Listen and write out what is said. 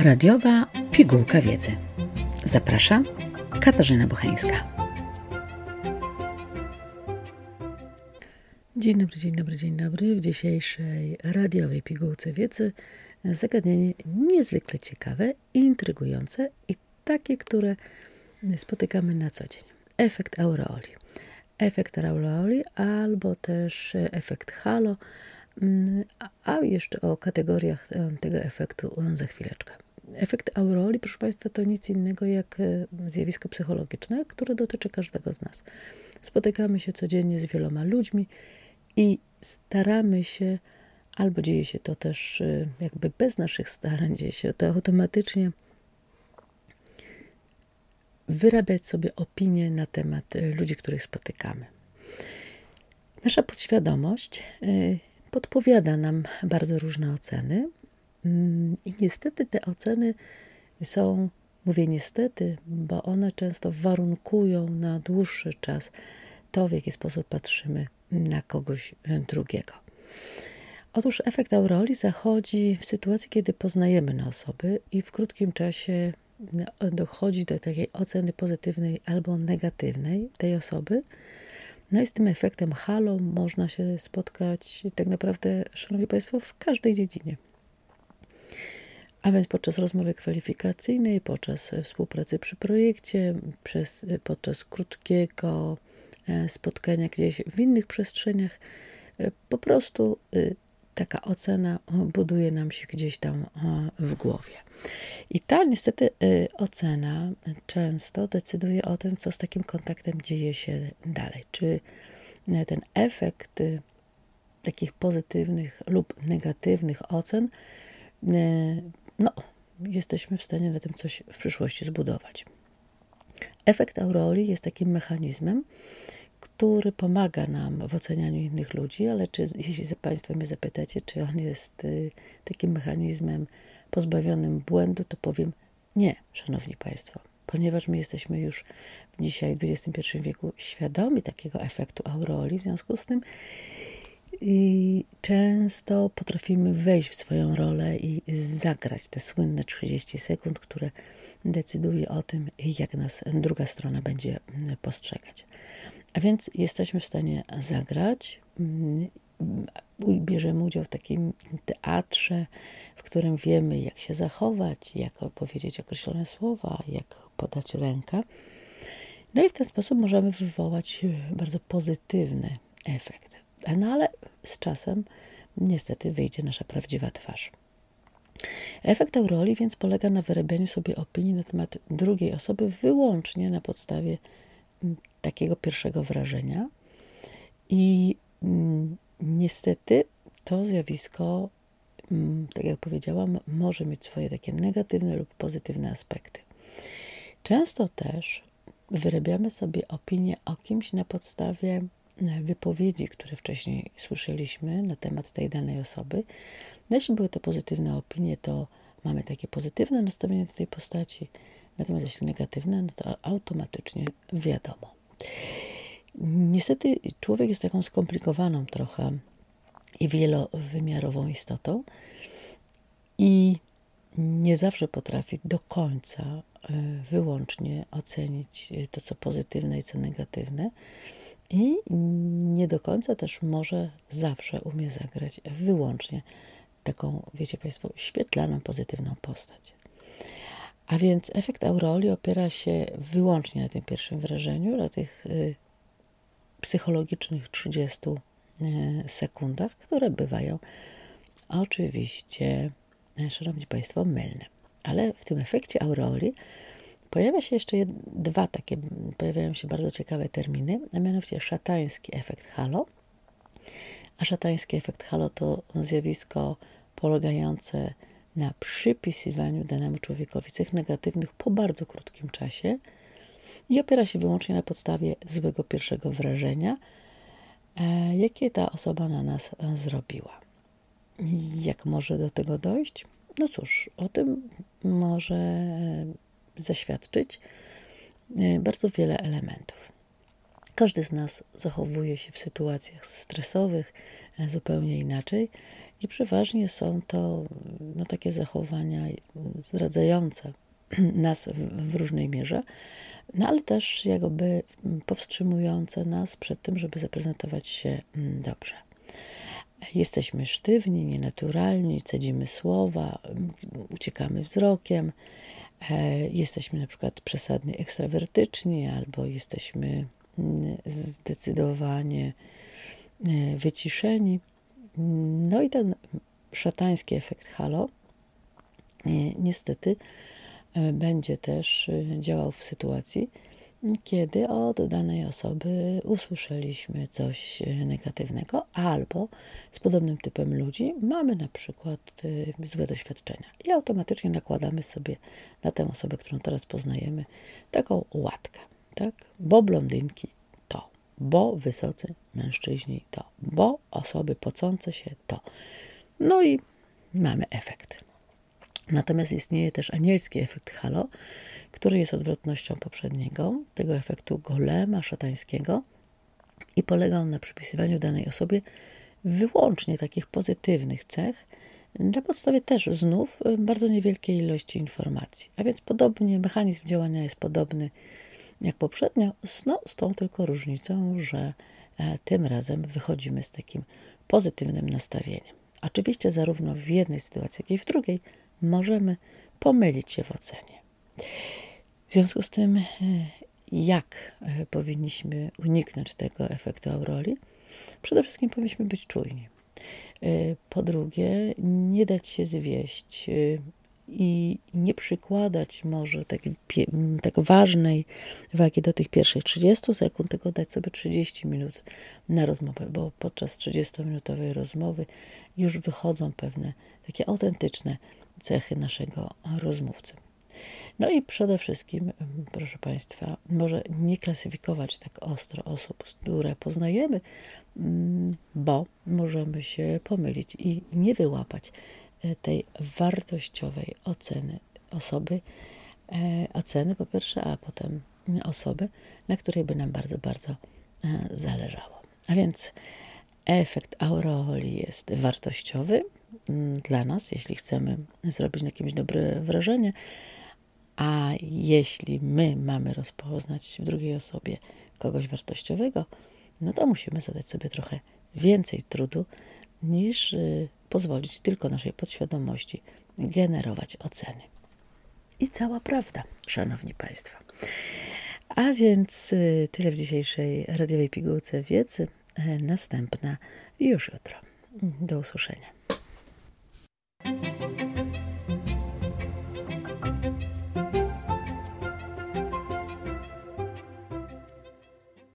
Radiowa pigułka wiedzy. Zaprasza Katarzyna Bucheńska. Dzień dobry. W dzisiejszej radiowej pigułce wiedzy zagadnienie niezwykle ciekawe, intrygujące i takie, które spotykamy na co dzień. Efekt aureoli. Efekt aureoli albo też efekt halo, a jeszcze o kategoriach tego efektu za chwileczkę. Efekt aureoli, proszę Państwa, to nic innego jak zjawisko psychologiczne, które dotyczy każdego z nas. Spotykamy się codziennie z wieloma ludźmi i staramy się, albo dzieje się to też jakby bez naszych starań, dzieje się to automatycznie, wyrabiać sobie opinie na temat ludzi, których spotykamy. Nasza podświadomość podpowiada nam bardzo różne oceny i niestety te oceny są, mówię niestety, bo one często warunkują na dłuższy czas to, w jaki sposób patrzymy na kogoś drugiego. Otóż efekt aureoli zachodzi w sytuacji, kiedy poznajemy osoby i w krótkim czasie dochodzi do takiej oceny pozytywnej albo negatywnej tej osoby. No i z tym efektem halo można się spotkać tak naprawdę, Szanowni Państwo, w każdej dziedzinie. A więc podczas rozmowy kwalifikacyjnej, podczas współpracy przy projekcie, podczas krótkiego spotkania gdzieś w innych przestrzeniach, po prostu taka ocena buduje nam się gdzieś tam w głowie. I ta niestety ocena często decyduje o tym, co z takim kontaktem dzieje się dalej. Czy ten efekt takich pozytywnych lub negatywnych ocen, jesteśmy w stanie na tym coś w przyszłości zbudować. Efekt aureoli jest takim mechanizmem, który pomaga nam w ocenianiu innych ludzi, ale jeśli Państwo mnie zapytacie, czy on jest takim mechanizmem pozbawionym błędu, to powiem nie, Szanowni Państwo, ponieważ my jesteśmy już dzisiaj w XXI wieku świadomi takiego efektu aureoli, w związku z tym często potrafimy wejść w swoją rolę i zagrać te słynne 30 sekund, które decyduje o tym, jak nas druga strona będzie postrzegać. A więc jesteśmy w stanie zagrać, bierzemy udział w takim teatrze, w którym wiemy, jak się zachować, jak powiedzieć określone słowa, jak podać rękę. No i w ten sposób możemy wywołać bardzo pozytywny efekt. No ale z czasem niestety wyjdzie nasza prawdziwa twarz. Efekt aureoli więc polega na wyrabianiu sobie opinii na temat drugiej osoby wyłącznie na podstawie takiego pierwszego wrażenia. I niestety to zjawisko, tak jak powiedziałam, może mieć swoje takie negatywne lub pozytywne aspekty. Często też wyrabiamy sobie opinię o kimś na podstawie wypowiedzi, które wcześniej słyszeliśmy na temat tej danej osoby. No, jeśli były to pozytywne opinie, to mamy takie pozytywne nastawienie do tej postaci, natomiast jeśli negatywne, no to automatycznie wiadomo. Niestety człowiek jest taką skomplikowaną trochę i wielowymiarową istotą i nie zawsze potrafi do końca wyłącznie ocenić to, co pozytywne i co negatywne, i nie do końca też może zawsze umie zagrać wyłącznie taką, wiecie Państwo, świetlaną, pozytywną postać. A więc efekt aureoli opiera się wyłącznie na tym pierwszym wrażeniu, na tych psychologicznych 30 sekundach, które bywają oczywiście, Szanowni Państwo, mylne. Ale w tym efekcie aureoli pojawiają się bardzo ciekawe terminy, a mianowicie szatański efekt halo. A szatański efekt halo to zjawisko polegające na przypisywaniu danemu człowiekowi cech negatywnych po bardzo krótkim czasie i opiera się wyłącznie na podstawie złego pierwszego wrażenia, jakie ta osoba na nas zrobiła. Jak może do tego dojść? No cóż, o tym może zaświadczyć bardzo wiele elementów. Każdy z nas zachowuje się w sytuacjach stresowych zupełnie inaczej i przeważnie są to takie zachowania zdradzające nas w różnej mierze, ale też jakby powstrzymujące nas przed tym, żeby zaprezentować się dobrze. Jesteśmy sztywni, nienaturalni, cedzimy słowa, uciekamy wzrokiem, jesteśmy na przykład przesadnie ekstrawertyczni albo jesteśmy zdecydowanie wyciszeni. No i ten szatański efekt halo niestety będzie też działał w sytuacji, kiedy od danej osoby usłyszeliśmy coś negatywnego albo z podobnym typem ludzi mamy na przykład złe doświadczenia i automatycznie nakładamy sobie na tę osobę, którą teraz poznajemy, taką łatkę, tak? Bo blondynki to, bo wysocy mężczyźni to, bo osoby pocące się to. No i mamy efekt. Natomiast istnieje też anielski efekt halo, który jest odwrotnością poprzedniego, tego efektu golema szatańskiego i polega on na przypisywaniu danej osobie wyłącznie takich pozytywnych cech, na podstawie też znów bardzo niewielkiej ilości informacji. A więc podobnie mechanizm działania jest podobny jak poprzednio, z tą tylko różnicą, że tym razem wychodzimy z takim pozytywnym nastawieniem. Oczywiście zarówno w jednej sytuacji, jak i w drugiej możemy pomylić się w ocenie. W związku z tym, jak powinniśmy uniknąć tego efektu auroli? Przede wszystkim powinniśmy być czujni. Po drugie, nie dać się zwieść i nie przykładać może tak ważnej wagi do tych pierwszych 30 sekund, tylko dać sobie 30 minut na rozmowę, bo podczas 30-minutowej rozmowy już wychodzą pewne takie autentyczne cechy naszego rozmówcy. No i przede wszystkim, proszę Państwa, może nie klasyfikować tak ostro osób, które poznajemy, bo możemy się pomylić i nie wyłapać tej wartościowej oceny osoby, oceny po pierwsze, a potem osoby, na której by nam bardzo, bardzo zależało. A więc efekt aureoli jest wartościowy dla nas, jeśli chcemy zrobić na kimś dobre wrażenie, a jeśli my mamy rozpoznać w drugiej osobie kogoś wartościowego, no to musimy zadać sobie trochę więcej trudu, niż pozwolić tylko naszej podświadomości generować oceny. I cała prawda, Szanowni Państwo. A więc tyle w dzisiejszej radiowej pigułce wiedzy. Następna już jutro. Do usłyszenia.